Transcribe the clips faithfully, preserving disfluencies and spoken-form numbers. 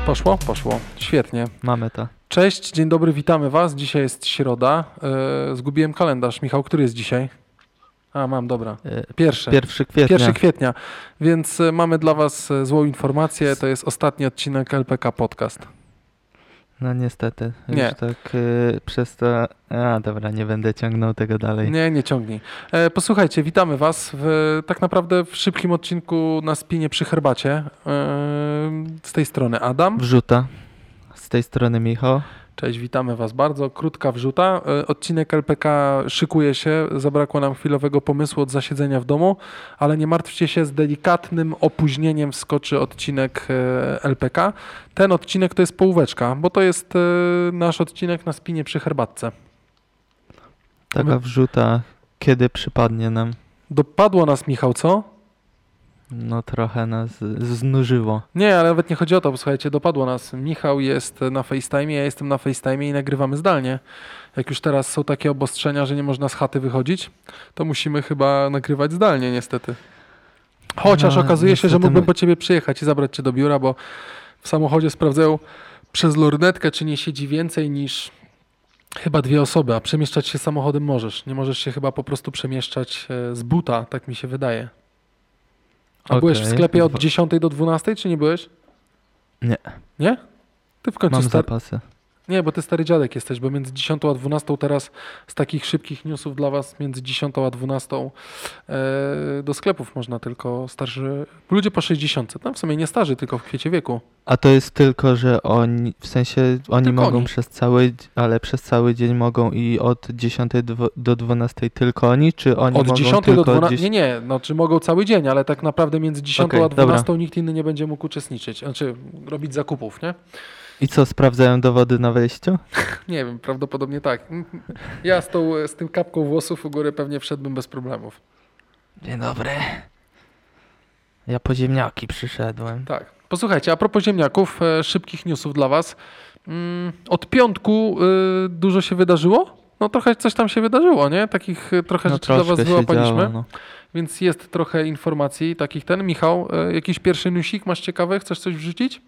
Poszło? Poszło. Świetnie. Mamy to. Cześć, dzień dobry, witamy Was. Dzisiaj jest środa. Yy, zgubiłem kalendarz. Michał, który jest dzisiaj? A, mam, dobra. Pierwszy. Pierwszy kwietnia. Pierwszy kwietnia. Więc y, mamy dla Was y, złą informację. To jest ostatni odcinek L P K Podcast. No niestety. Już Nie. tak y, przez to... A, dobra, nie będę ciągnął tego dalej. Nie, nie ciągnij. E, posłuchajcie, witamy Was w, tak naprawdę w szybkim odcinku na spinie przy herbacie. E, z tej strony Adam. Wrzuta. Z tej strony Michał. Cześć, witamy Was bardzo. Krótka wrzuta. E, Odcinek L P K szykuje się. Zabrakło nam chwilowego pomysłu od zasiedzenia w domu, ale nie martwcie się, z delikatnym opóźnieniem wskoczy odcinek e, L P K. Ten odcinek to jest połóweczka, bo to jest e, nasz odcinek na spinie przy herbatce. Taka wrzuta, kiedy przypadnie nam. Dopadło nas, Michał, co? No trochę nas znużyło. Nie, ale nawet nie chodzi o to, bo słuchajcie, dopadło nas. Michał jest na FaceTime, ja jestem na FaceTime i nagrywamy zdalnie. Jak już teraz są takie obostrzenia, że nie można z chaty wychodzić, to musimy chyba nagrywać zdalnie niestety. Chociaż No, okazuje się, że niestety mógłbym my- po ciebie przyjechać i zabrać cię do biura, bo w samochodzie sprawdzają przez lornetkę, czy nie siedzi więcej niż chyba dwie osoby, a przemieszczać się samochodem możesz. Nie możesz się chyba po prostu przemieszczać e, z buta, tak mi się wydaje. A byłeś w Okej. sklepie od Dwa- dziesiątej do dwunastej, czy nie byłeś? Nie. Nie? Ty w końcu Mam star... zapasy. Nie, bo ty stary dziadek jesteś, bo między dziesiątą a dwunastą teraz z takich szybkich newsów dla was, między dziesiątą a dwunastą e, do sklepów można tylko starszy... Ludzie po sześćdziesiątce, tam w sumie nie starzy, tylko w kwiecie wieku. A to jest tylko, że oni, w sensie oni Tylko mogą oni. przez cały, ale przez cały dzień mogą i od dziesiątej dwo- do dwunastej tylko oni, czy oni Od mogą dziesiątej do tylko od dwunastej, dziesiątej? nie, nie, no czy mogą cały dzień, ale tak naprawdę między dziesiątą Okej, a dobra. dwunastą nikt inny nie będzie mógł uczestniczyć, znaczy robić zakupów, nie? I co, sprawdzają dowody na wejściu? Nie wiem, prawdopodobnie tak. Ja z, tą, z tym kapką włosów u góry pewnie wszedłbym bez problemów. Dzień dobry. Ja po ziemniaki przyszedłem. Tak. Posłuchajcie, a propos ziemniaków, e, szybkich newsów dla was. Mm, od piątku y, dużo się wydarzyło? No trochę coś tam się wydarzyło, nie? Takich e, trochę No rzeczy dla was troszkę się wyłapaliśmy, działo, no. więc jest trochę informacji takich ten. Michał, e, jakiś pierwszy newsik masz ciekawy? Chcesz coś wrzucić?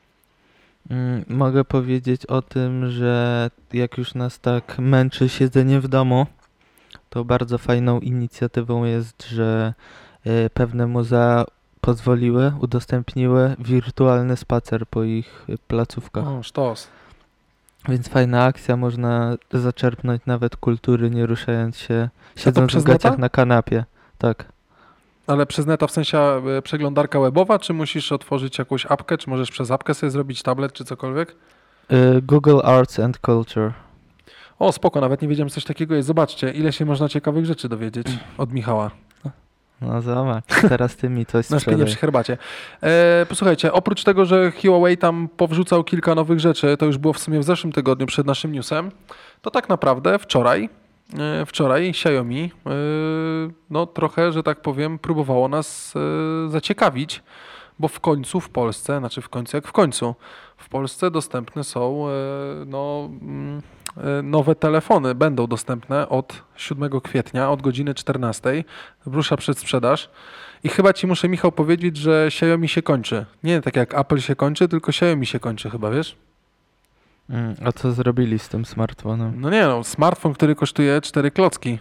Mm, mogę powiedzieć o tym, że jak już nas tak męczy siedzenie w domu, to bardzo fajną inicjatywą jest, że y, pewne muzea pozwoliły, udostępniły wirtualny spacer po ich y, placówkach. O, sztos. Więc fajna akcja, można zaczerpnąć nawet kultury, nie ruszając się, siedząc przez w gaciach neta? na kanapie. Tak. Ale przez neta w sensie e, przeglądarka webowa, czy musisz otworzyć jakąś apkę, czy możesz przez apkę sobie zrobić tablet, czy cokolwiek? Y, Google Arts and Culture. O, spoko, nawet nie wiedziałem, że coś takiego jest. Zobaczcie, ile się można ciekawych rzeczy dowiedzieć od Michała. No zobacz, teraz ty mi coś Na spinie sprzedaj. przy herbacie. E, posłuchajcie, oprócz tego, że Huawei tam powrzucał kilka nowych rzeczy, to już było w sumie w zeszłym tygodniu przed naszym newsem, to tak naprawdę wczoraj, e, wczoraj Xiaomi e, no trochę, że tak powiem, próbowało nas e, zaciekawić, bo w końcu w Polsce, znaczy w końcu jak w końcu, w Polsce dostępne są e, no, mm, e, nowe telefony, będą dostępne od siódmego kwietnia, od godziny czternastej. Rusza przedsprzedaż. I chyba ci muszę, Michał, powiedzieć, że Xiaomi się kończy. Nie tak jak Apple się kończy, tylko Xiaomi się kończy chyba, wiesz? Mm, a co zrobili z tym smartfonem? No nie no, smartfon, który kosztuje cztery klocki.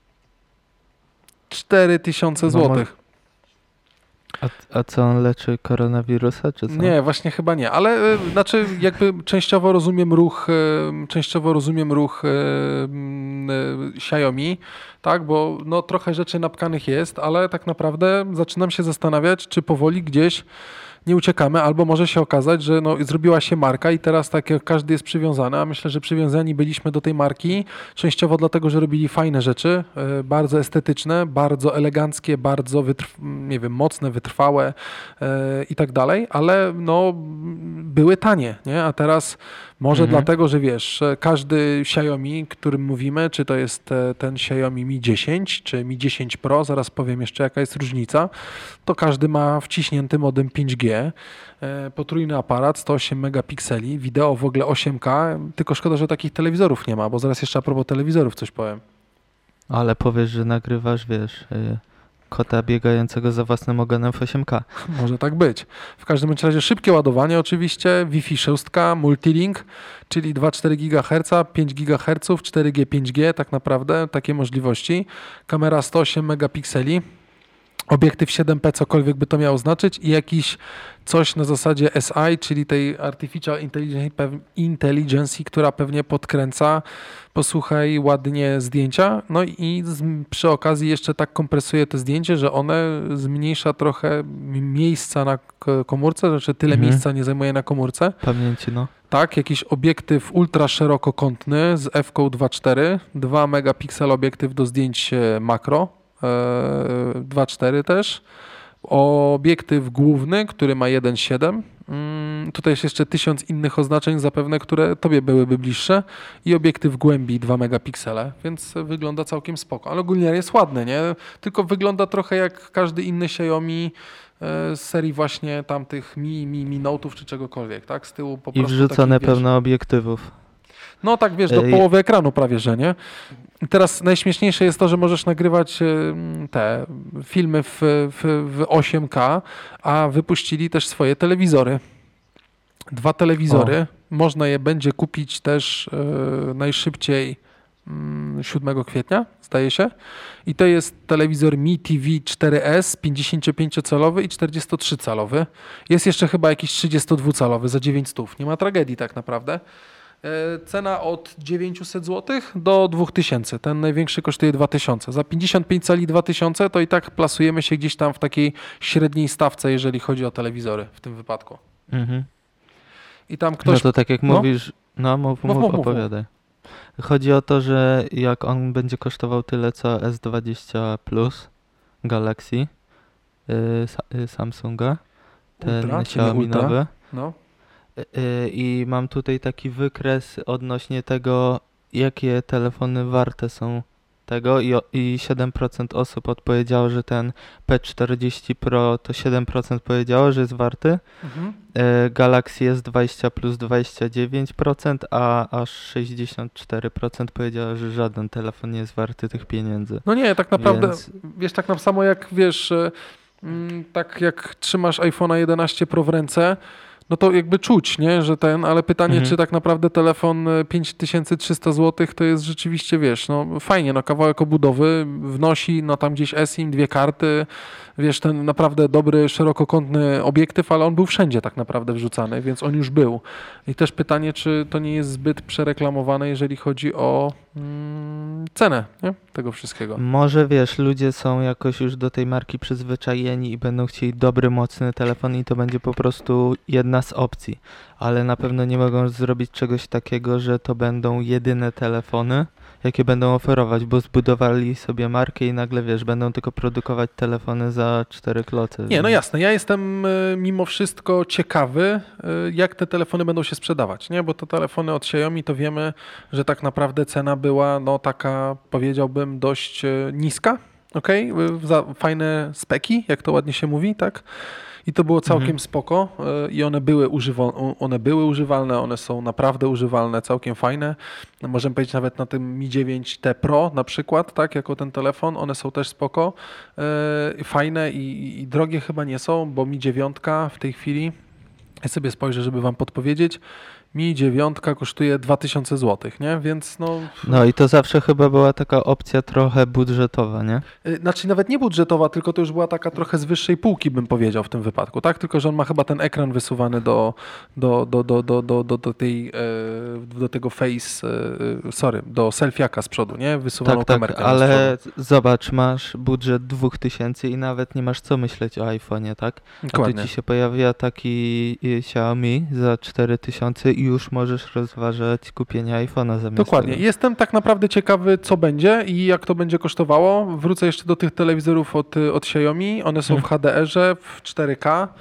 cztery tysiące No złotych. A, a co, on leczy koronawirusa, czy co? Nie, właśnie chyba nie, ale y, znaczy jakby częściowo rozumiem ruch, y, częściowo rozumiem ruch y, y, Xiaomi, tak, bo no trochę rzeczy napkanych jest, ale tak naprawdę zaczynam się zastanawiać, czy powoli gdzieś nie uciekamy, albo może się okazać, że no, zrobiła się marka i teraz tak jak każdy jest przywiązany, a myślę, że przywiązani byliśmy do tej marki częściowo dlatego, że robili fajne rzeczy, y, bardzo estetyczne, bardzo eleganckie, bardzo wytrw- nie wiem, mocne, wytrwałe y, i tak dalej, ale no były tanie, nie? A teraz może Mhm. dlatego, że wiesz, że każdy Xiaomi, którym mówimy, czy to jest e, ten Xiaomi Mi dziesięć, czy Mi dziesięć Pro, zaraz powiem jeszcze jaka jest różnica, to każdy ma wciśnięty modem pięć G, e, potrójny aparat, sto osiem megapikseli, wideo w ogóle osiem K, tylko szkoda, że takich telewizorów nie ma, bo zaraz jeszcze a propos telewizorów coś powiem. Ale powiesz, że nagrywasz, wiesz, y, kota biegającego za własnym ogonem w osiem K. Może tak być. W każdym bądź razie szybkie ładowanie oczywiście, Wi-Fi sześć, Multilink, czyli dwa przecinek cztery gigaherca, pięć gigaherców, cztery G, pięć G tak naprawdę, takie możliwości. Kamera sto osiem megapikseli. Obiektyw siedem P, cokolwiek by to miało znaczyć i jakiś coś na zasadzie S I, czyli tej Artificial Intelligence, Intelligence, która pewnie podkręca, posłuchaj, ładnie zdjęcia. No i z, przy okazji jeszcze tak kompresuje te zdjęcie, że one zmniejsza trochę miejsca na k- komórce, znaczy tyle Mhm. miejsca nie zajmuje na komórce. Pamięci, no. Tak, jakiś obiektyw ultra szerokokątny z F K dwa przecinek cztery, dwa megapiksel obiektyw do zdjęć e, makro, e, dwa przecinek cztery też. Obiektyw główny, który ma jeden przecinek siedem. Mm, tutaj jest jeszcze tysiąc innych oznaczeń zapewne, które tobie byłyby bliższe. I obiektyw głębi dwa megapiksele, więc wygląda całkiem spoko. Ale ogólnie jest ładny, nie? Tylko wygląda trochę jak każdy inny Xiaomi e, z serii właśnie tamtych Mi, Mi, Mi Note'ów czy czegokolwiek, tak? Z tyłu po I prostu wrzucone taki, wiesz, pełno obiektywów. no tak, wiesz, do Ej. połowy ekranu prawie, że nie? I teraz najśmieszniejsze jest to, że możesz nagrywać y, te filmy w, w, w osiem K, a wypuścili też swoje telewizory. Dwa telewizory. Można je będzie kupić też y, najszybciej y, siódmego kwietnia, zdaje się. I to jest telewizor Mi T V cztery S, pięćdziesięciopięciocalowy i czterdziestotrzy-calowy. Jest jeszcze chyba jakiś trzydziestodwucalowy za dziewięćset. Nie ma tragedii tak naprawdę. Cena od dziewięćset złotych do dwa tysiące. Ten największy kosztuje dwa tysiące. Za pięćdziesiąt pięć cali dwa tysiące to i tak plasujemy się gdzieś tam w takiej średniej stawce, jeżeli chodzi o telewizory w tym wypadku. Mhm. I tam No ktoś... to tak jak no? mówisz, no mów, Mów, mów, mów, mów, opowiadaj. Chodzi o to, że jak on będzie kosztował tyle co S dwadzieścia Plus Galaxy yy, Sa- yy, Samsunga, ten Ultra, czy nie Xiaomi Ultra? nowy. No. Yy, I mam tutaj taki wykres odnośnie tego, jakie telefony warte są tego i, o- i siedem procent osób odpowiedziało, że ten P czterdzieści Pro to siedem procent powiedziało, że jest warty. Mhm. E, Galaxy S dwadzieścia plus dwadzieścia dziewięć procent, a aż sześćdziesiąt cztery procent powiedziało, że żaden telefon nie jest warty tych pieniędzy. No nie, tak naprawdę, Więc- wiesz, tak samo jak, wiesz, e, mm, tak jak trzymasz iPhone'a jedenaście Pro w ręce, no to jakby czuć, nie, że ten, ale pytanie, Mhm. czy tak naprawdę telefon e, pięć tysięcy trzysta złotych to jest rzeczywiście, wiesz, no fajnie, no kawałek obudowy, wnosi, no tam gdzieś eSIM, dwie karty, wiesz, ten naprawdę dobry, szerokokątny obiektyw, ale on był wszędzie tak naprawdę wrzucany, więc on już był. I też pytanie, czy to nie jest zbyt przereklamowane, jeżeli chodzi o mm, cenę, nie, tego wszystkiego. Może wiesz, ludzie są jakoś już do tej marki przyzwyczajeni i będą chcieli dobry, mocny telefon i to będzie po prostu jedna z opcji. Ale na pewno nie mogą zrobić czegoś takiego, że to będą jedyne telefony, jakie będą oferować, bo zbudowali sobie markę i nagle wiesz, będą tylko produkować telefony za cztery kloce. Nie, no jasne. Ja jestem y, mimo wszystko ciekawy, y, jak te telefony będą się sprzedawać, nie? Bo te telefony od Xiaomi to wiemy, że tak naprawdę cena była no taka, powiedziałbym, dość y, niska, okej? Y, za fajne speki, jak to ładnie się mówi, tak? I to było całkiem Mhm. spoko y, i one były, używa- one były używalne, one są naprawdę używalne, całkiem fajne. No, możemy powiedzieć nawet na tym Mi dziewięć T Pro na przykład, tak, jako ten telefon, one są też spoko, y, fajne i, i drogie chyba nie są, bo Mi dziewięć w tej chwili, ja sobie spojrzę, żeby wam podpowiedzieć, Mi dziewięć kosztuje dwa tysiące złotych, nie? Więc no... No i to zawsze chyba była taka opcja trochę budżetowa, nie? Y, Znaczy nawet nie budżetowa, tylko to już była taka trochę z wyższej półki, bym powiedział w tym wypadku, tak? Tylko że on ma chyba ten ekran wysuwany do, do, do, do, do, do, do, do tej, e, do tego face, e, sorry, do selfiaka z przodu, nie? Wysuwaną Tak, tak, kamerkę. ale zobacz, masz budżet dwa tysiące i nawet nie masz co myśleć o iPhone'ie, tak? A tu Dokładnie. ci się pojawia taki y, Xiaomi za cztery tysiące i już możesz rozważać kupienie iPhone'a zamiast Dokładnie. tego. Jestem tak naprawdę ciekawy, co będzie i jak to będzie kosztowało. Wrócę jeszcze do tych telewizorów od, od Xiaomi. One są w Mhm. H D R-ze, w cztery K.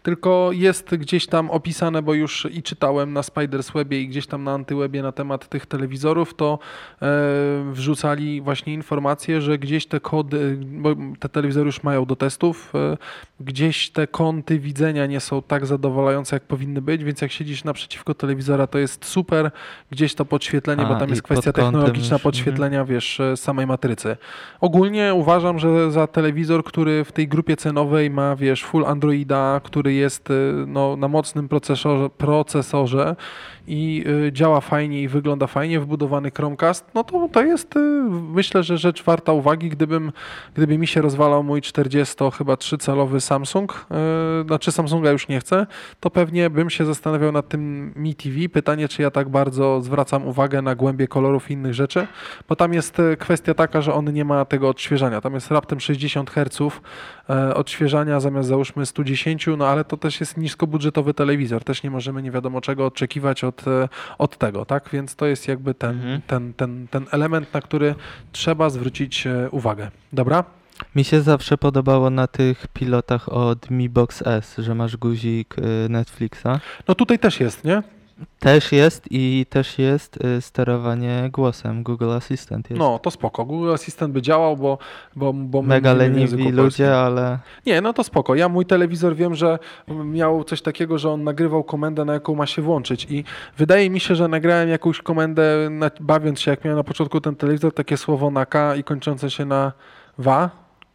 tylko jest gdzieś tam opisane, bo już i czytałem na Spiderswebie i gdzieś tam na Antywebie na temat tych telewizorów, to e, wrzucali właśnie informacje, że gdzieś te kody, bo te telewizory już mają do testów, e, gdzieś te kąty widzenia nie są tak zadowalające, jak powinny być, więc jak siedzisz naprzeciwko telewizora, to jest super, gdzieś to podświetlenie, A, bo tam i jest kwestia pod kątem technologiczna już, podświetlenia, wiesz, e, samej matrycy. Ogólnie uważam, że za telewizor, który w tej grupie cenowej ma, wiesz, full Androida, który jest y, no, na mocnym procesorze, procesorze i y, działa fajnie i wygląda fajnie, wbudowany Chromecast, no to to jest, y, myślę, że rzecz warta uwagi. Gdybym, gdyby mi się rozwalał mój czterdziesto chyba trzycalowy Samsung, y, znaczy Samsunga już nie chcę, to pewnie bym się zastanawiał nad tym Mi T V. Pytanie, czy ja tak bardzo zwracam uwagę na głębię kolorów i innych rzeczy, bo tam jest y, kwestia taka, że on nie ma tego odświeżania. Tam jest raptem sześćdziesiąt herców e, odświeżania zamiast załóżmy sto dziesięć, no ale to też jest niskobudżetowy telewizor. Też nie możemy nie wiadomo czego oczekiwać od, e, od tego, tak? Więc to jest jakby ten, Mhm. ten, ten, ten element, na który trzeba zwrócić e, uwagę. Dobra? Mi się zawsze podobało na tych pilotach od Mi Box S, że masz guzik y, Netflixa. No tutaj też jest, nie? Też jest i też jest y, sterowanie głosem, Google Assistant jest. No, to spoko. Google Assistant by działał, bo, bo, bo my Mega mówimy w języku leniwi polskim. ludzie, ale Nie, no to spoko. Ja mój telewizor wiem, że miał coś takiego, że on nagrywał komendę, na jaką ma się włączyć i wydaje mi się, że nagrałem jakąś komendę, na, bawiąc się, jak miałem na początku ten telewizor, takie słowo na K i kończące się na wa,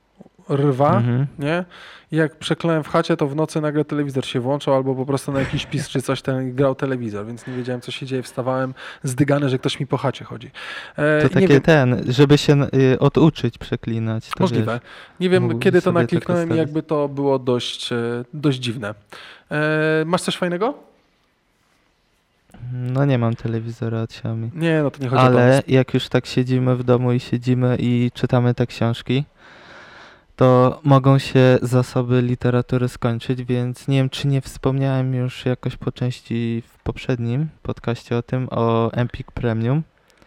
rwa, Mhm. nie? I jak przekląłem w chacie, to w nocy nagle telewizor się włączał albo po prostu na jakiś pis czy coś ten grał telewizor, więc nie wiedziałem, co się dzieje. Wstawałem zdygany, że ktoś mi po chacie chodzi. E, to nie takie wiem, ten, żeby się y, oduczyć przeklinać. To możliwe. Wiesz, Nie wiem, mógłbyś kiedy to sobie tak nakliknąłem i ustawić. jakby to było dość, e, dość dziwne. E, masz coś fajnego? no nie mam telewizora od Xiaomi. Nie, no to nie chodzi o Ale jak już tak siedzimy w domu i siedzimy i czytamy te książki, to mogą się zasoby literatury skończyć, więc nie wiem, czy nie wspomniałem już jakoś po części w poprzednim podcaście o tym, o Empik Premium,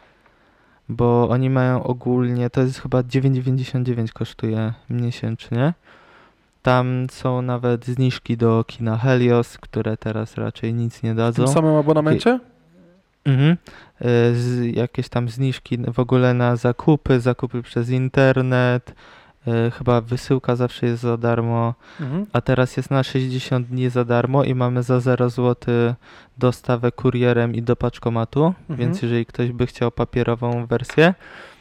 bo oni mają ogólnie, to jest chyba dziewięć dziewięćdziesiąt dziewięć kosztuje miesięcznie. Tam są nawet zniżki do kina Helios, które teraz raczej nic nie w dadzą. tym samym abonamencie? Mhm. Y, Z, jakieś tam zniżki w ogóle na zakupy, zakupy przez internet, y, chyba wysyłka zawsze jest za darmo, Mhm. a teraz jest na sześćdziesiąt dni za darmo i mamy za zero złotych dostawę kurierem i do paczkomatu, Mhm. więc jeżeli ktoś by chciał papierową wersję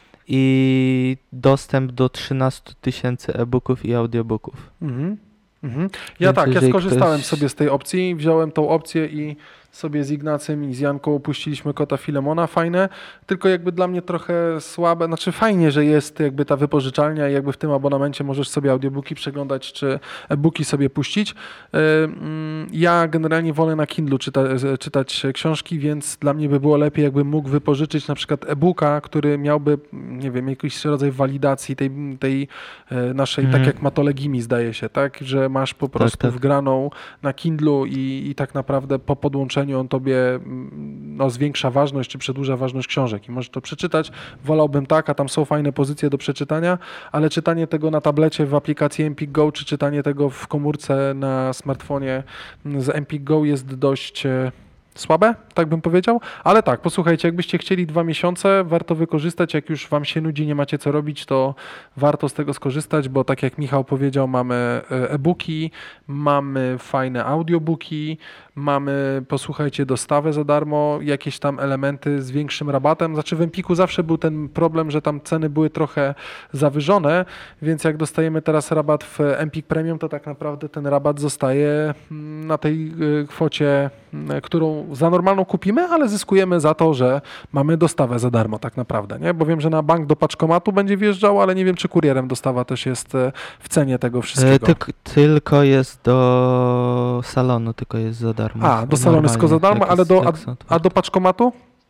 i dostęp do trzynaście tysięcy e-booków i audiobooków. Mhm. Mhm. Ja Więc tak, ja jeżeli skorzystałem ktoś- sobie z tej opcji, wziąłem tą opcję i sobie z Ignacym i z Janką opuściliśmy kota Filemona, fajne, tylko jakby dla mnie trochę słabe, znaczy fajnie, że jest jakby ta wypożyczalnia i jakby w tym abonamencie możesz sobie audiobooki przeglądać, czy e-booki sobie puścić. Yy, mm, Ja generalnie wolę na Kindlu czyta, czytać książki, więc dla mnie by było lepiej, jakbym mógł wypożyczyć na przykład e-booka, który miałby, nie wiem, jakiś rodzaj walidacji tej, tej e, naszej, Mhm. tak jak ma to Legimi, zdaje się, tak, że masz po prostu tak. wgraną na Kindlu i, i tak naprawdę po podłączeniu on tobie mm, no, zwiększa ważność czy przedłuża ważność książek i możesz to przeczytać. Wolałbym tak, a tam są fajne pozycje do przeczytania, ale czytanie tego na tablecie w aplikacji Empik Go czy czytanie tego w komórce na smartfonie mm, z Empik Go jest dość e, słabe, tak bym powiedział, ale tak, posłuchajcie, jakbyście chcieli dwa miesiące, warto wykorzystać, jak już wam się nudzi, nie macie co robić, to warto z tego skorzystać, bo tak jak Michał powiedział, mamy e, e-booki, mamy fajne audiobooki, mamy, posłuchajcie, dostawę za darmo, jakieś tam elementy z większym rabatem, znaczy w Empiku zawsze był ten problem, że tam ceny były trochę zawyżone, więc jak dostajemy teraz rabat w Empik Premium, to tak naprawdę ten rabat zostaje mm, na tej y, kwocie, mm, którą za normalną kupimy, ale zyskujemy za to, że mamy dostawę za darmo tak naprawdę, nie? Bo wiem, że na bank do paczkomatu będzie wjeżdżał, ale nie wiem, czy kurierem dostawa też jest e, w cenie tego E, wszystkiego. tyk, tylko jest do salonu, tylko jest za darmo. A, do salonu jest tylko za darmo, jak ale jest- do, jak a, są a otwarte. do paczkomatu?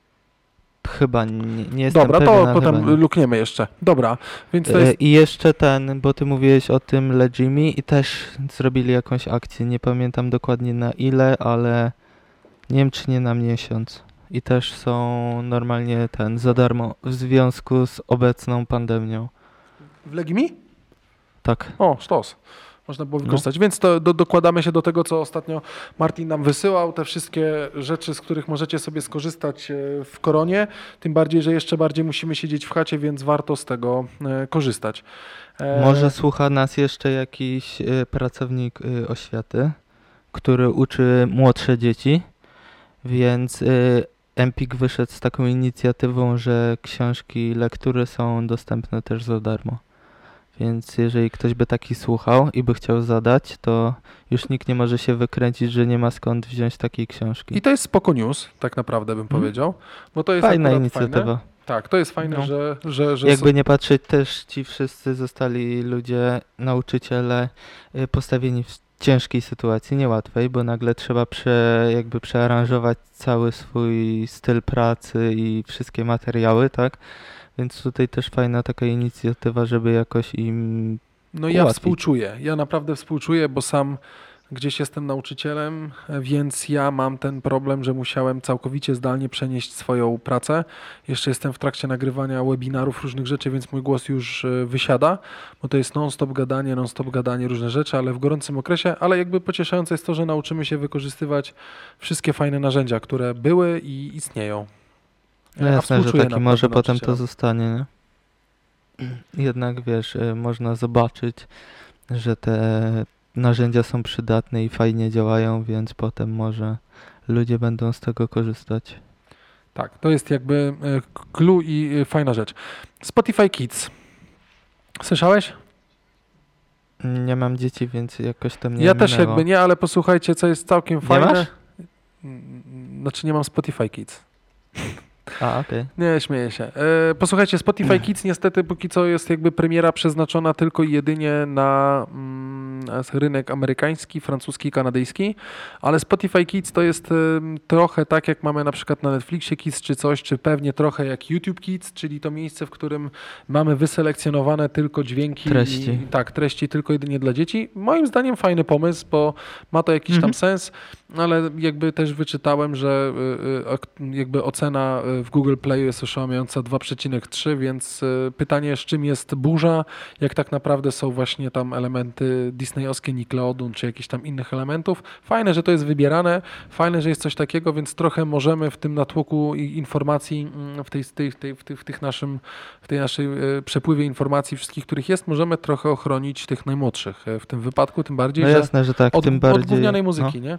Chyba nie, nie jestem Dobra, pewien, to ale potem chyba nie. lukniemy jeszcze. Dobra, więc to E, jest... I jeszcze ten, bo ty mówiłeś o tym Legimi i też zrobili jakąś akcję, nie pamiętam dokładnie na ile, ale nie wiem czy nie na miesiąc. I też są normalnie ten za darmo w związku z obecną pandemią. W Legimi? Tak. O, sztos. można było wykorzystać. Więc to do, dokładamy się do tego, co ostatnio Martin nam wysyłał, te wszystkie rzeczy, z których możecie sobie skorzystać e, w koronie, tym bardziej, że jeszcze bardziej musimy siedzieć w chacie, więc warto z tego e, korzystać. E, Może słucha nas jeszcze jakiś y, pracownik y, oświaty, który uczy młodsze dzieci, więc y, Empik wyszedł z taką inicjatywą, że książki, lektury są dostępne też za darmo. Więc jeżeli ktoś by taki słuchał i by chciał zadać, to już nikt nie może się wykręcić, że nie ma skąd wziąć takiej książki. I to jest spoko news, tak naprawdę bym Hmm. powiedział, bo to jest Fajna akurat inicjatywa. Fajne. Tak, to jest fajne, No. że, że, że Jakby nie patrzeć, też ci wszyscy zostali ludzie, nauczyciele y, postawieni w ciężkiej sytuacji, niełatwej, bo nagle trzeba prze, jakby przearanżować cały swój styl pracy i wszystkie materiały, tak? Więc tutaj też fajna taka inicjatywa, żeby jakoś im... No ja ułatwić. współczuję, ja naprawdę współczuję, bo sam gdzieś jestem nauczycielem, więc ja mam ten problem, że musiałem całkowicie zdalnie przenieść swoją pracę. Jeszcze jestem w trakcie nagrywania webinarów, różnych rzeczy, więc mój głos już e, wysiada, bo to jest non-stop gadanie, non-stop gadanie, różne rzeczy, ale w gorącym okresie, ale jakby pocieszające jest to, że nauczymy się wykorzystywać wszystkie fajne narzędzia, które były i istnieją. No A jasne, że współczuję taki naprawdę może potem to nauczycielom. zostanie, nie? Jednak wiesz, y, można zobaczyć, że te narzędzia są przydatne i fajnie działają, więc potem może ludzie będą z tego korzystać. Tak, to jest jakby e, clue i e, fajna rzecz. Spotify Kids. Słyszałeś? Nie mam dzieci, więc jakoś to mnie Ja też minęło. jakby nie, ale posłuchajcie, co jest całkiem Nie fajne. masz? Mm, Znaczy nie mam Spotify Kids. A, okej. Nie, śmieję się. E, posłuchajcie, Spotify Kids niestety póki co jest jakby premiera przeznaczona tylko i jedynie na mm, rynek amerykański, francuski, kanadyjski, ale Spotify Kids to jest em, trochę tak, jak mamy na przykład na Netflixie Kids czy coś, czy pewnie trochę jak YouTube Kids, czyli to miejsce, w którym mamy wyselekcjonowane tylko dźwięki Treści. i tak, treści tylko jedynie dla dzieci. Moim zdaniem fajny pomysł, bo ma to jakiś tam Mhm. sens, ale jakby też wyczytałem, że y, y, ak- jakby ocena y, w Google Play jest oszałamiająca dwa przecinek trzy, więc y, pytanie, z czym jest burza, jak tak naprawdę są właśnie tam elementy disneyowskie, Nickelodeon, czy jakichś tam innych elementów. Fajne, że to jest wybierane, fajne, że jest coś takiego, więc trochę możemy w tym natłoku i informacji, mm, w tej, tej, tej, w tych, w tych naszym, w tej naszej y, przepływie informacji wszystkich, których jest, możemy trochę ochronić tych najmłodszych y, w tym wypadku, tym bardziej, No że jasne, że tak, od, tym od bardziej... gównianej muzyki, nie?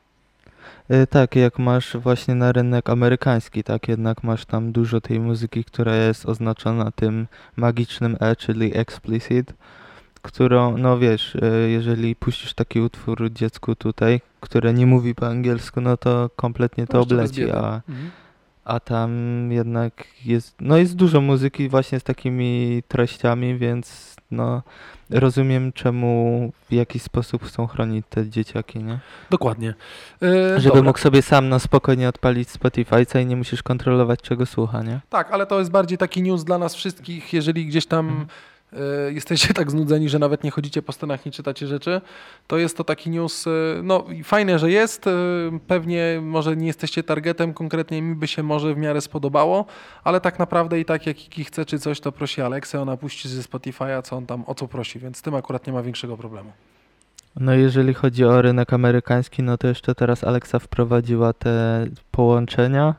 Y, Tak, jak masz właśnie na rynek amerykański, tak, jednak masz tam dużo tej muzyki, która jest oznaczona tym magicznym E, czyli explicit, którą, no wiesz, y, jeżeli puścisz taki utwór dziecku tutaj, które nie mówi po angielsku, no to kompletnie to jeszcze bez obleci, biedy. a, Mhm. a tam jednak jest, no jest dużo muzyki właśnie z takimi treściami, więc no rozumiem, czemu w jakiś sposób chcą chronić te dzieciaki, nie? Dokładnie. E, Żeby dobra. mógł sobie sam na spokojnie odpalić Spotify'a i nie musisz kontrolować, czego słucha, nie? Tak, ale to jest bardziej taki news dla nas wszystkich, jeżeli gdzieś tam Mhm. e, jesteście tak znudzeni, że nawet nie chodzicie po stronach, nie czytacie rzeczy, to jest to taki news, e, no i fajne, że jest, e, pewnie może nie jesteście targetem, konkretnie mi by się może w miarę spodobało, ale tak naprawdę i tak jak Kiki chce czy coś, to prosi Aleksę, ona puści ze Spotify'a, co on tam, o co prosi, więc z tym akurat nie ma większego problemu. No jeżeli chodzi o rynek amerykański, no to jeszcze teraz Alexa wprowadziła te połączenia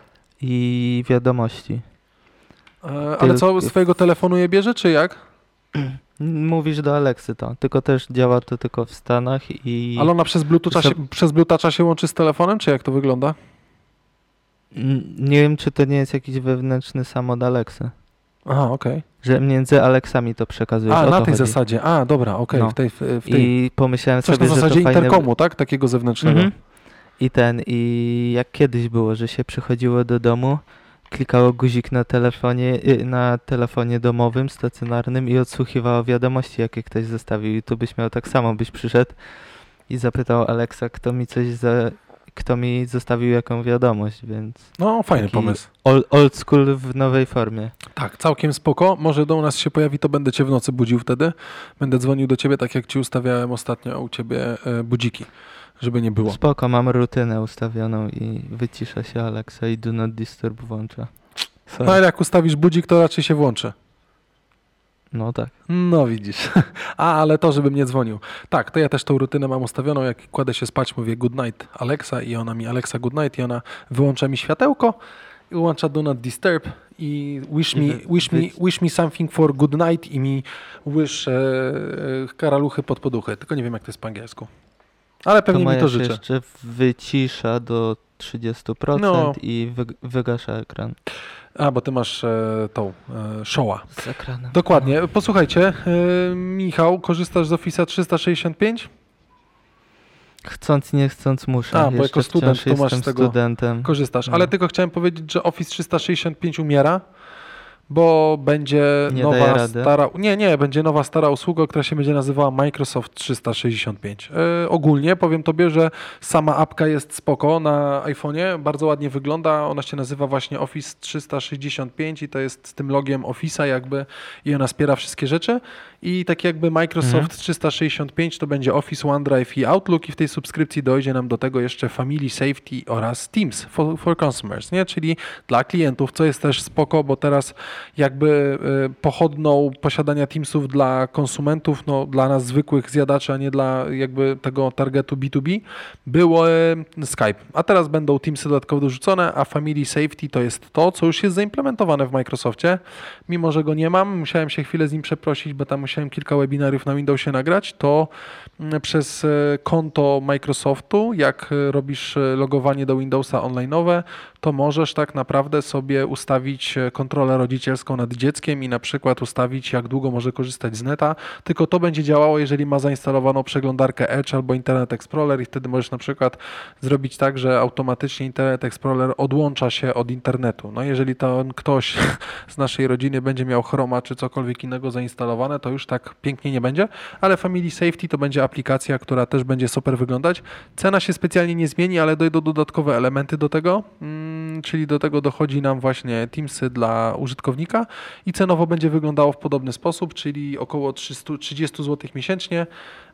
i wiadomości. E, ale co, z twojego telefonu je bierze, czy jak? Mówisz do Alexy to, tylko też działa to tylko w Stanach i Ale ona przez Bluetootha Co- się, przez Bluetootha się łączy z telefonem, czy jak to wygląda? n- nie wiem, czy to nie jest jakiś wewnętrzny sam od Alexy, Aha, okej. że między Alexami to przekazujesz, A, o na to tej chodzi. zasadzie. A, dobra, okej, No. w tej, w w tej. I pomyślałem Coś sobie, na że zasadzie to fajne... interkomu, tak? Takiego zewnętrznego. Mhm. I ten, i jak kiedyś było, że się przychodziło do domu, klikało guzik na telefonie, y, na telefonie domowym, stacjonarnym i odsłuchiwało wiadomości, jakie ktoś zostawił. I tu byś miał tak samo, byś przyszedł i zapytał Alexa, kto mi coś za, kto mi zostawił jaką wiadomość, więc No, fajny Taki- pomysł. old, old school w nowej formie. Tak, całkiem spoko. Może do nas się pojawi, to będę cię w nocy budził wtedy. Będę dzwonił do ciebie, tak jak ci ustawiałem ostatnio u ciebie e, budziki, żeby nie było. Spoko, mam rutynę ustawioną i wycisza się Alexa i do not disturb włącza. Sorry. No ale jak ustawisz budzik, to raczej się włączy. No tak. No widzisz. A, ale to, żebym nie dzwonił. Tak, to ja też tą rutynę mam ustawioną, jak kładę się spać, mówię good night Alexa i ona mi Alexa good night i ona wyłącza mi światełko i wyłącza do not disturb i wish I me, wy- wish me, wy- wish me something for good night i mi wish e, e, karaluchy pod poduchy. Tylko nie wiem, jak to jest po angielsku. Ale To pewnie mi moja to się życzę. jeszcze wycisza do trzydziestu procent No. i wyg- wygasza ekran A, bo ty masz e, tą e, showa. z ekranem. Dokładnie. Posłuchajcie, e, Michał, korzystasz z Office'a trzysta sześćdziesiąt pięć? Chcąc, nie chcąc muszę. A, bo Jeszcze jako student wciąż to masz jestem z tego- studentem. Korzystasz, No. ale tylko chciałem powiedzieć, że Office trzysta sześćdziesiąt pięć umiera, bo będzie Nie daje nowa rady? stara, nie, nie, będzie nowa stara usługa, która się będzie nazywała Microsoft trzysta sześćdziesiąt pięć. E, ogólnie powiem tobie, że sama apka jest spoko na iPhone'ie, bardzo ładnie wygląda, ona się nazywa właśnie Office trzysta sześćdziesiąt pięć i to jest z tym logiem Office'a jakby i ona wspiera wszystkie rzeczy i tak jakby Microsoft Mhm. trzysta sześćdziesiąt pięć to będzie Office, OneDrive i Outlook i w tej subskrypcji dojdzie nam do tego jeszcze Family Safety oraz Teams for, for Consumers, nie? Czyli dla klientów, co jest też spoko, bo teraz jakby y, pochodną posiadania Teamsów dla konsumentów, no dla nas zwykłych zjadaczy, a nie dla jakby tego targetu B dwa B, było y, Skype. A teraz będą Teamsy dodatkowo dorzucone, a Family Safety to jest to, co już jest zaimplementowane w Microsoftie. Mimo, że go nie mam, musiałem się chwilę z nim przeprosić, bo tam musiałem kilka webinariów na Windowsie nagrać, to mm, przez y, konto Microsoftu, jak y, robisz y, logowanie do Windowsa online'owe, to możesz tak naprawdę sobie ustawić e, kontrolę rodzicielską nad dzieckiem i na przykład ustawić, jak długo może korzystać z neta, tylko to będzie działało, jeżeli ma zainstalowaną przeglądarkę Edge albo Internet Explorer i wtedy możesz na przykład zrobić tak, że automatycznie Internet Explorer odłącza się od internetu. No jeżeli to ktoś z naszej rodziny będzie miał Chroma czy cokolwiek innego zainstalowane, to już tak pięknie nie będzie, ale Family Safety to będzie aplikacja, która też będzie super wyglądać. Cena się specjalnie nie zmieni, ale dojdą dodatkowe elementy do tego, mm, czyli do tego dochodzi nam właśnie Teamsy dla użytkownika i cenowo będzie wyglądało w podobny sposób, czyli około trzysta trzydzieści złotych miesięcznie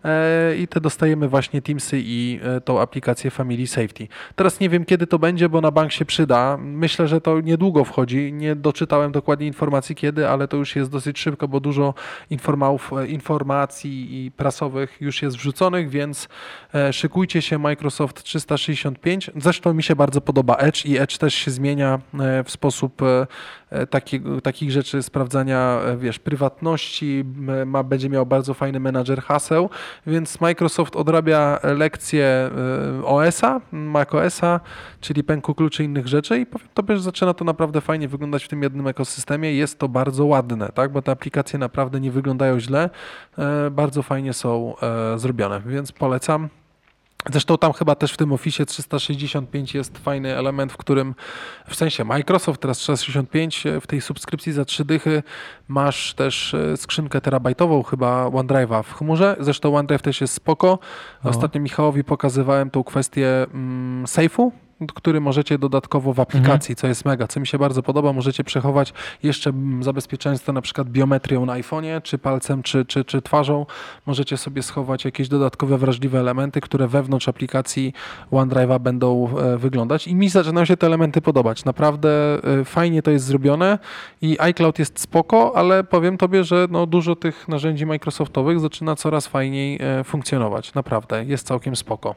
e, i te dostajemy właśnie Teamsy i e, tą aplikację Family Safety. Teraz nie wiem, kiedy to będzie, bo na bank się przyda. Myślę, że to niedługo wchodzi. Nie doczytałem dokładnie informacji kiedy, ale to już jest dosyć szybko, bo dużo informaów, e, informacji i prasowych już jest wrzuconych, więc e, szykujcie się Microsoft trzysta sześćdziesiąt pięć. Zresztą mi się bardzo podoba Edge i Edge też się zmienia e, w sposób e, e, taki, takich rzeczy sprawdzania, e, wiesz, prywatności, m, ma, będzie miał bardzo fajny menadżer haseł, więc Microsoft odrabia lekcje e, O S-a, macOS-a, czyli pęku kluczy innych rzeczy i powiem tobie, że zaczyna to naprawdę fajnie wyglądać w tym jednym ekosystemie. Jest to bardzo ładne, tak, bo te aplikacje naprawdę nie wyglądają źle, e, bardzo fajnie są e, zrobione, więc polecam. Zresztą tam chyba też w tym Office trzysta sześćdziesiąt pięć jest fajny element, w którym w sensie Microsoft teraz trzysta sześćdziesiąt pięć w tej subskrypcji za trzy dychy masz też e, skrzynkę terabajtową chyba OneDrive'a w chmurze. Zresztą OneDrive też jest spoko. No. Ostatnio Michałowi pokazywałem tą kwestię mm, safe'u, który możecie dodatkowo w aplikacji, co jest mega, co mi się bardzo podoba, możecie przechować jeszcze mm, zabezpieczając to na przykład biometrią na iPhone'ie, czy palcem, czy, czy, czy twarzą. Możecie sobie schować jakieś dodatkowe wrażliwe elementy, które wewnątrz aplikacji OneDrive'a będą e, wyglądać i mi zaczynają się te elementy podobać. Naprawdę e, fajnie to jest zrobione i iCloud jest spoko, ale powiem tobie, że no, dużo tych narzędzi Microsoftowych zaczyna coraz fajniej e, funkcjonować. Naprawdę, jest całkiem spoko.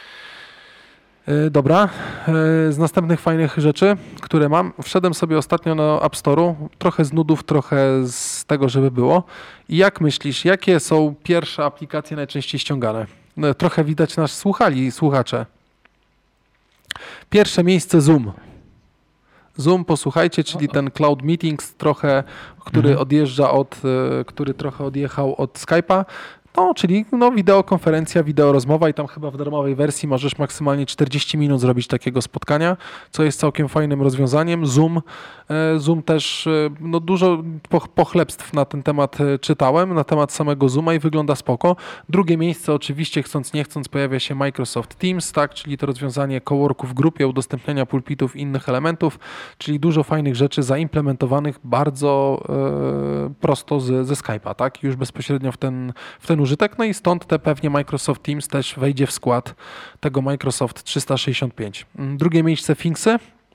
Dobra, z następnych fajnych rzeczy, które mam, wszedłem sobie ostatnio na App Store'u, trochę z nudów, trochę z tego, żeby było. I jak myślisz, jakie są pierwsze aplikacje najczęściej ściągane? No, trochę widać nas słuchali, słuchacze. Pierwsze miejsce Zoom. Zoom, posłuchajcie, czyli ten Cloud Meetings trochę, który Mhm. odjeżdża od, który trochę odjechał od Skype'a. No, czyli no, wideokonferencja, wideorozmowa i tam chyba w darmowej wersji możesz maksymalnie czterdzieści minut zrobić takiego spotkania, co jest całkiem fajnym rozwiązaniem. Zoom, e, Zoom też, e, no dużo poch- pochlebstw na ten temat e, czytałem, na temat samego Zooma i wygląda spoko. Drugie miejsce oczywiście, chcąc nie chcąc, pojawia się Microsoft Teams, tak, czyli to rozwiązanie coworku w grupie, udostępniania pulpitów i innych elementów, czyli dużo fajnych rzeczy zaimplementowanych bardzo e, prosto z, ze Skype'a, tak, już bezpośrednio w ten, w ten użytek, no i stąd te pewnie Microsoft Teams też wejdzie w skład tego Microsoft trzysta sześćdziesiąt pięć. Drugie miejsce Thingsy,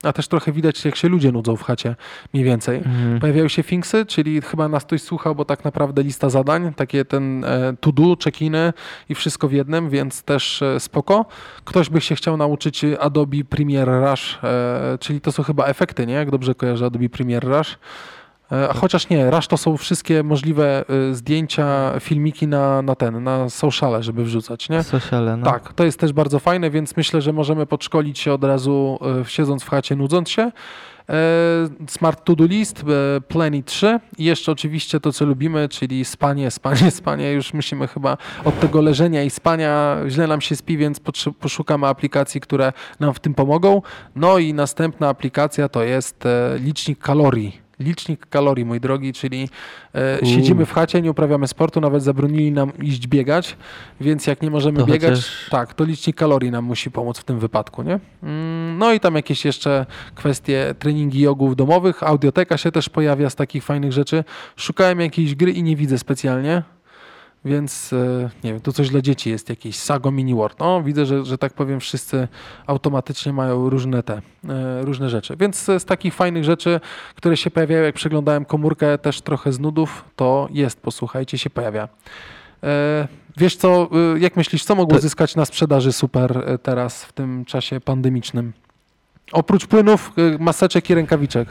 a też trochę widać, jak się ludzie nudzą w chacie, mniej więcej. Mhm. Pojawiają się thingsy, czyli chyba nas ktoś słuchał, bo tak naprawdę lista zadań, takie ten e, to-do, check-iny i wszystko w jednym, więc też e, spoko. Ktoś by się chciał nauczyć Adobe Premiere Rush, e, czyli to są chyba efekty, nie? Jak dobrze kojarzę Adobe Premiere Rush. E, a chociaż nie, Rush to są wszystkie możliwe e, zdjęcia, filmiki na, na ten, na sociale, żeby wrzucać, nie? Sociale, no. Tak, to jest też bardzo fajne, więc myślę, że możemy podszkolić się od razu, e, siedząc w chacie, nudząc się. E, Smart To-Do List, e, Plany trzy i jeszcze oczywiście to, co lubimy, czyli spanie, spanie, spanie. Już musimy chyba od tego leżenia i spania, źle nam się spi, więc potrze- poszukamy aplikacji, które nam w tym pomogą. No i następna aplikacja to jest e, licznik kalorii. Licznik kalorii, mój drogi, czyli e, U. siedzimy w chacie, nie uprawiamy sportu, nawet zabronili nam iść biegać, więc jak nie możemy To biegać, chociaż- tak, to licznik kalorii nam musi pomóc w tym wypadku, nie? Mm, No i tam jakieś jeszcze kwestie treningi jogów domowych, audioteka się też pojawia z takich fajnych rzeczy. Szukałem jakiejś gry i nie widzę specjalnie, więc e, nie wiem, to coś dla dzieci jest, jakieś Sago Mini World. No, widzę, że, że tak powiem wszyscy automatycznie mają różne te, e, różne rzeczy. Więc z takich fajnych rzeczy, które się pojawiają, jak przeglądałem komórkę też trochę z nudów, to jest, posłuchajcie, się pojawia. E, Wiesz co, e, jak myślisz, co mogło To- zyskać na sprzedaży super e, teraz w tym czasie pandemicznym? Oprócz płynów, e, maseczek i rękawiczek.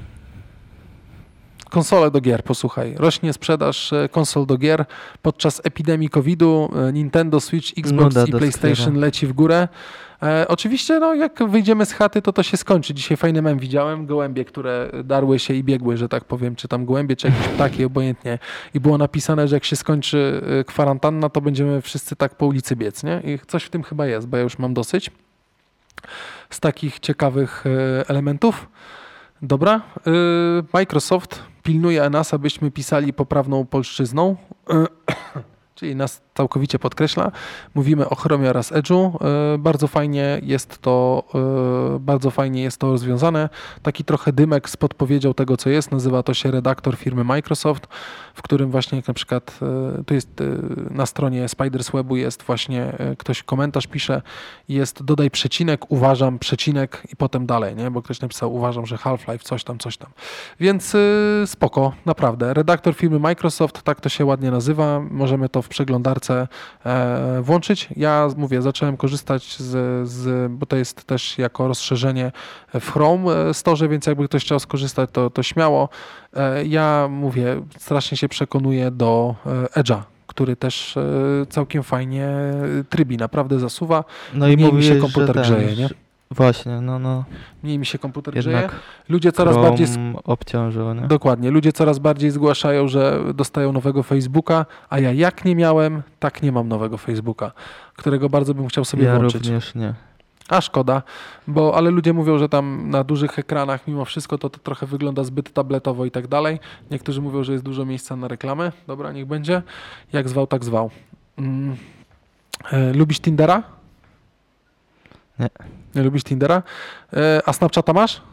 Konsole do gier, posłuchaj. Rośnie sprzedaż e, konsol do gier podczas epidemii kowida. e, Nintendo Switch, Xbox Nuda i do PlayStation sklepu. leci w górę. E, oczywiście, no, jak wyjdziemy z chaty, to to się skończy. Dzisiaj fajny mem widziałem. Gołębie, które darły się i biegły, że tak powiem, czy tam gołębie, czy jakieś ptaki, obojętnie. I było napisane, że jak się skończy e, kwarantanna, to będziemy wszyscy tak po ulicy biec, nie? I coś w tym chyba jest, bo ja już mam dosyć z takich ciekawych e, elementów. Dobra. Y, Microsoft pilnuje nas, abyśmy pisali poprawną polszczyzną, czyli nas całkowicie podkreśla. Mówimy o Chromie oraz Edge'u. Y, Bardzo fajnie jest to, y, bardzo fajnie jest to rozwiązane. Taki trochę dymek z podpowiedzią tego, co jest. Nazywa to się redaktor firmy Microsoft, w którym właśnie jak na przykład y, tu jest y, na stronie Spiders Webu jest właśnie y, ktoś komentarz pisze i jest dodaj przecinek, uważam, przecinek i potem dalej, nie? Bo ktoś napisał uważam, że Half-Life, coś tam, coś tam. Więc y, spoko, naprawdę. Redaktor firmy Microsoft, tak to się ładnie nazywa. Możemy to w przeglądarce e, włączyć. Ja mówię, zacząłem korzystać z, z, bo to jest też jako rozszerzenie w Chrome Store, więc jakby ktoś chciał skorzystać, to, to śmiało. E, ja mówię, strasznie się przekonuję do e, Edge'a, który też e, całkiem fajnie trybi, naprawdę zasuwa. No i Mniej mi się mówiłeś, komputer że ten, grzeje, nie? że- Właśnie, no, no. Mniej mi się komputer grzeje. Jednak Ludzie coraz Chrome bardziej sk- obciążył, nie? Dokładnie. Ludzie coraz bardziej zgłaszają, że dostają nowego Facebooka, a ja jak nie miałem, tak nie mam nowego Facebooka, którego bardzo bym chciał sobie Ja włączyć. również nie. A szkoda, bo ale ludzie mówią, że tam na dużych ekranach mimo wszystko to, to trochę wygląda zbyt tabletowo i tak dalej. Niektórzy mówią, że jest dużo miejsca na reklamy. Dobra, niech będzie. Jak zwał, tak zwał. Mm. E, lubisz Tindera? Nie. Nie lubisz Tindera? E, a Snapchata masz?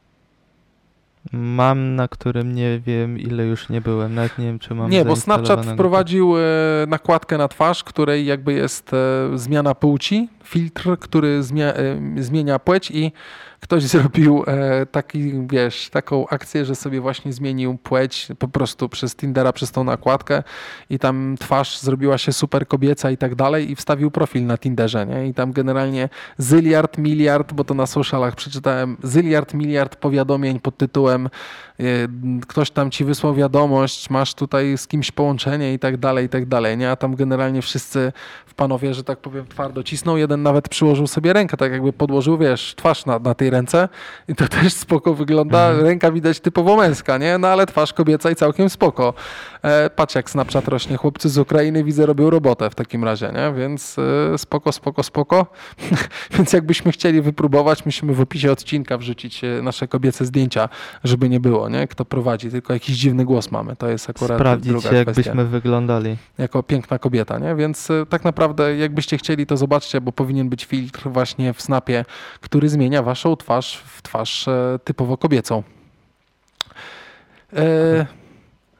Mam, na którym nie wiem ile już nie byłem, nawet nie wiem czy mam Nie, bo Snapchat zainstalowanego. wprowadził e, nakładkę na twarz, której jakby jest e, zmiana płci, filtr, który zmia- e, zmienia płeć i ktoś zrobił e, taki, wiesz, taką akcję, że sobie właśnie zmienił płeć po prostu przez Tindera, przez tą nakładkę i tam twarz zrobiła się super kobieca i tak dalej i wstawił profil na Tinderze, nie? I tam generalnie zyliard, miliard, bo to na socialach przeczytałem, zyliard, miliard powiadomień pod tytułem e, ktoś tam ci wysłał wiadomość, masz tutaj z kimś połączenie i tak dalej, i tak dalej, nie? A tam generalnie wszyscy w panowie, że tak powiem, twardo cisną. Jeden nawet przyłożył sobie rękę, tak jakby podłożył, wiesz, twarz na, na tej ręce i to też spoko wygląda. Mhm. Ręka widać typowo męska, nie? No ale twarz kobieca i całkiem spoko. E, patrz jak Snapchat rośnie. Chłopcy z Ukrainy widzę robią robotę w takim razie, nie? Więc e, spoko, spoko, spoko. Więc jakbyśmy chcieli wypróbować, musimy w opisie odcinka wrzucić e, nasze kobiece zdjęcia, żeby nie było, nie? Kto prowadzi, tylko jakiś dziwny głos mamy. To jest akurat Sprawdzić druga jak kwestia. byśmy wyglądali. Jako piękna kobieta, nie? Więc e, tak naprawdę jakbyście chcieli, to zobaczcie, bo powinien być filtr właśnie w Snapie, który zmienia waszą twarz w twarz e, typowo kobiecą. E,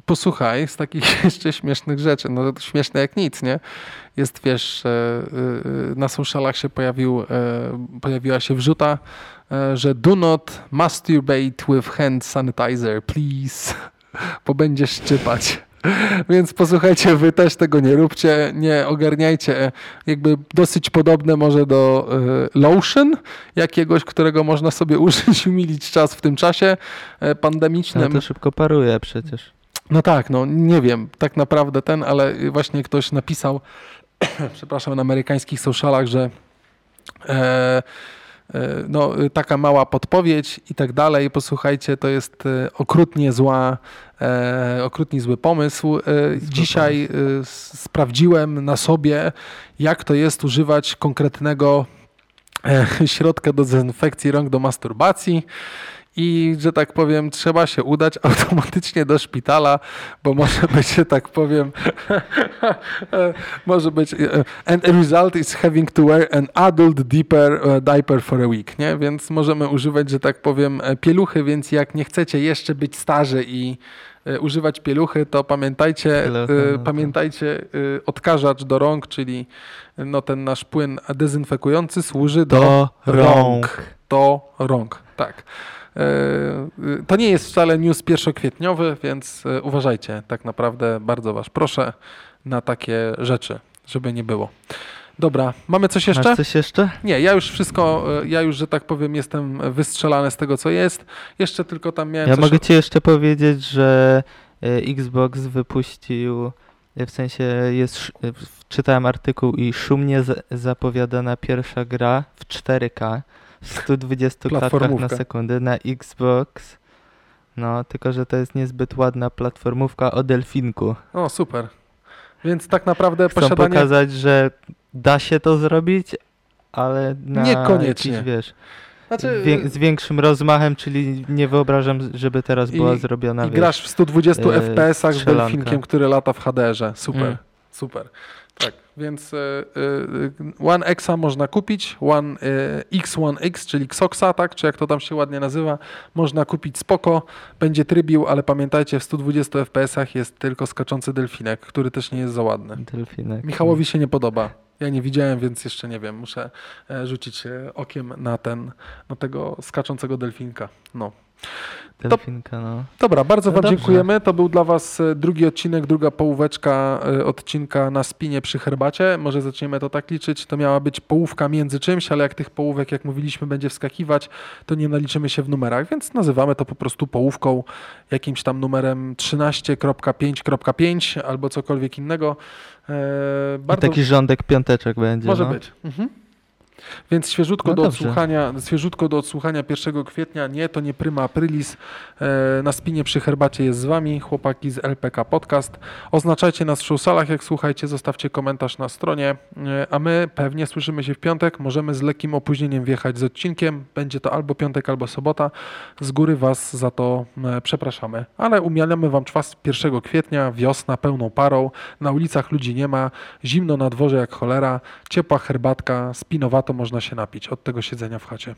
posłuchaj, z takich jeszcze śmiesznych rzeczy, no śmieszne jak nic, nie? Jest, wiesz, e, e, na socialach się pojawił, e, pojawiła się wrzuta, e, że do not masturbate with hand sanitizer, please, bo będziesz szczypać. Więc posłuchajcie, wy też tego nie róbcie, nie ogarniajcie, jakby dosyć podobne może do y, lotion jakiegoś, którego można sobie użyć, umilić czas w tym czasie y, pandemicznym. Ale to szybko paruje przecież. No tak, no nie wiem, tak naprawdę ten, ale właśnie ktoś napisał, przepraszam, na amerykańskich socialach, że e, no, taka mała podpowiedź i tak dalej. Posłuchajcie, to jest okrutnie zła, e, okrutnie zły pomysł. E, dzisiaj e, sprawdziłem na sobie, jak to jest używać konkretnego e, środka do dezynfekcji rąk do masturbacji. I, że tak powiem, trzeba się udać automatycznie do szpitala, bo może być, że tak powiem, może być, and a result is having to wear an adult diaper, diaper for a week, nie? Więc możemy używać, że tak powiem, pieluchy, więc jak nie chcecie jeszcze być starzy i używać pieluchy, to pamiętajcie, Pieluchy, no to- pamiętajcie, odkażacz do rąk, czyli no, ten nasz płyn dezynfekujący służy do, Do rąk. rąk. Do rąk, tak. To nie jest wcale news pierwszokwietniowy, więc uważajcie, tak naprawdę bardzo was proszę na takie rzeczy, żeby nie było. Dobra, mamy coś jeszcze? Masz coś jeszcze? Nie, ja już wszystko, ja już, że tak powiem, jestem wystrzelany z tego, co jest. Jeszcze tylko tam miałem Ja coś... mogę ci jeszcze powiedzieć, że e, Xbox wypuścił, e, w sensie jest, sz- e, w- czytałem artykuł i szumnie z- zapowiadana pierwsza gra w cztery K w stu dwudziestu klatkach na Platformówka. sekundę na Xbox. No, tylko że to jest niezbyt ładna platformówka o delfinku. O, super. Więc tak naprawdę Chcą posiadanie... pokazać, że da się to zrobić, ale na Niekoniecznie. jakiś, wiesz, Znaczy, wie- z większym rozmachem, czyli nie wyobrażam, żeby teraz I- była zrobiona, I wiesz, grasz w stu dwudziestu e, F P S-ach z strzelanka. delfinkiem, który lata w H D R-ze. Super, Mm. super. Tak, więc y, y, One Xa można kupić, One y, X One X, czyli Xoxa, tak, czy jak to tam się ładnie nazywa, można kupić spoko, będzie trybił, ale pamiętajcie, w stu dwudziestu F P S-ach jest tylko skaczący delfinek, który też nie jest za ładny. delfinek. Michałowi się nie podoba. Ja nie widziałem, więc jeszcze nie wiem. Muszę e, rzucić e, okiem na ten, na tego skaczącego delfinka. No. Delfinka, no. Dobra, bardzo No wam dobrze. dziękujemy. To był dla was e, drugi odcinek, druga połóweczka e, odcinka na spinie przy herbacie. Może zaczniemy to tak liczyć. To miała być połówka między czymś, ale jak tych połówek, jak mówiliśmy, będzie wskakiwać, to nie naliczymy się w numerach, więc nazywamy to po prostu połówką, jakimś tam numerem trzynaście pięć pięć albo cokolwiek innego. E, I bardzo... taki rządek piąteczek będzie, Może no. być. Mhm. Więc świeżutko, No do dobrze. odsłuchania, świeżutko do odsłuchania pierwszego kwietnia. Nie, to nie Prima Aprilis. E, na spinie przy herbacie jest z wami chłopaki z L P K Podcast. Oznaczajcie nas w showsalach, jak słuchajcie, zostawcie komentarz na stronie, e, a my pewnie słyszymy się w piątek. Możemy z lekkim opóźnieniem wjechać z odcinkiem. Będzie to albo piątek, albo sobota. Z góry was za to e, przepraszamy. Ale umialamy wam czas pierwszego kwietnia, wiosna pełną parą. Na ulicach ludzi nie ma, zimno na dworze jak cholera, ciepła herbatka, spinowato można się napić od tego siedzenia w chacie.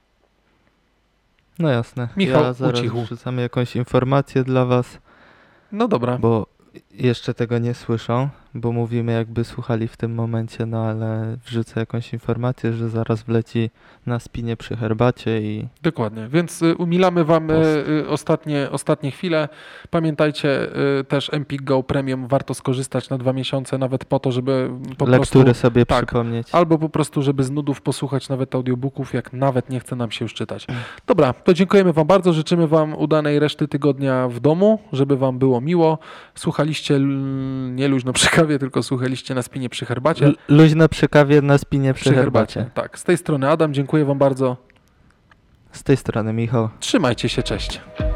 No jasne. Michał ja zaraz ucichł. wrzucam jakąś informację dla was, No dobra. bo jeszcze tego nie słyszą, bo mówimy jakby słuchali w tym momencie, no ale wrzucę jakąś informację, że zaraz wleci na spinie przy herbacie i Dokładnie, więc y, umilamy wam y, Post. y, ostatnie, ostatnie chwile. Pamiętajcie y, też Empik Go Premium, warto skorzystać na dwa miesiące, nawet po to, żeby po lektury prostu, sobie tak. przypomnieć. albo po prostu, żeby z nudów posłuchać nawet audiobooków, jak nawet nie chce nam się już czytać. Dobra, to dziękujemy wam bardzo, życzymy wam udanej reszty tygodnia w domu, żeby wam było miło. Słuchaliście l- nie luźno przy kawie, tylko słuchaliście na spinie przy herbacie. L- luźno przy kawie na spinie przy, herbacie. Tak, z tej strony Adam, dziękuję wam bardzo. Z tej strony Michał. Trzymajcie się, cześć.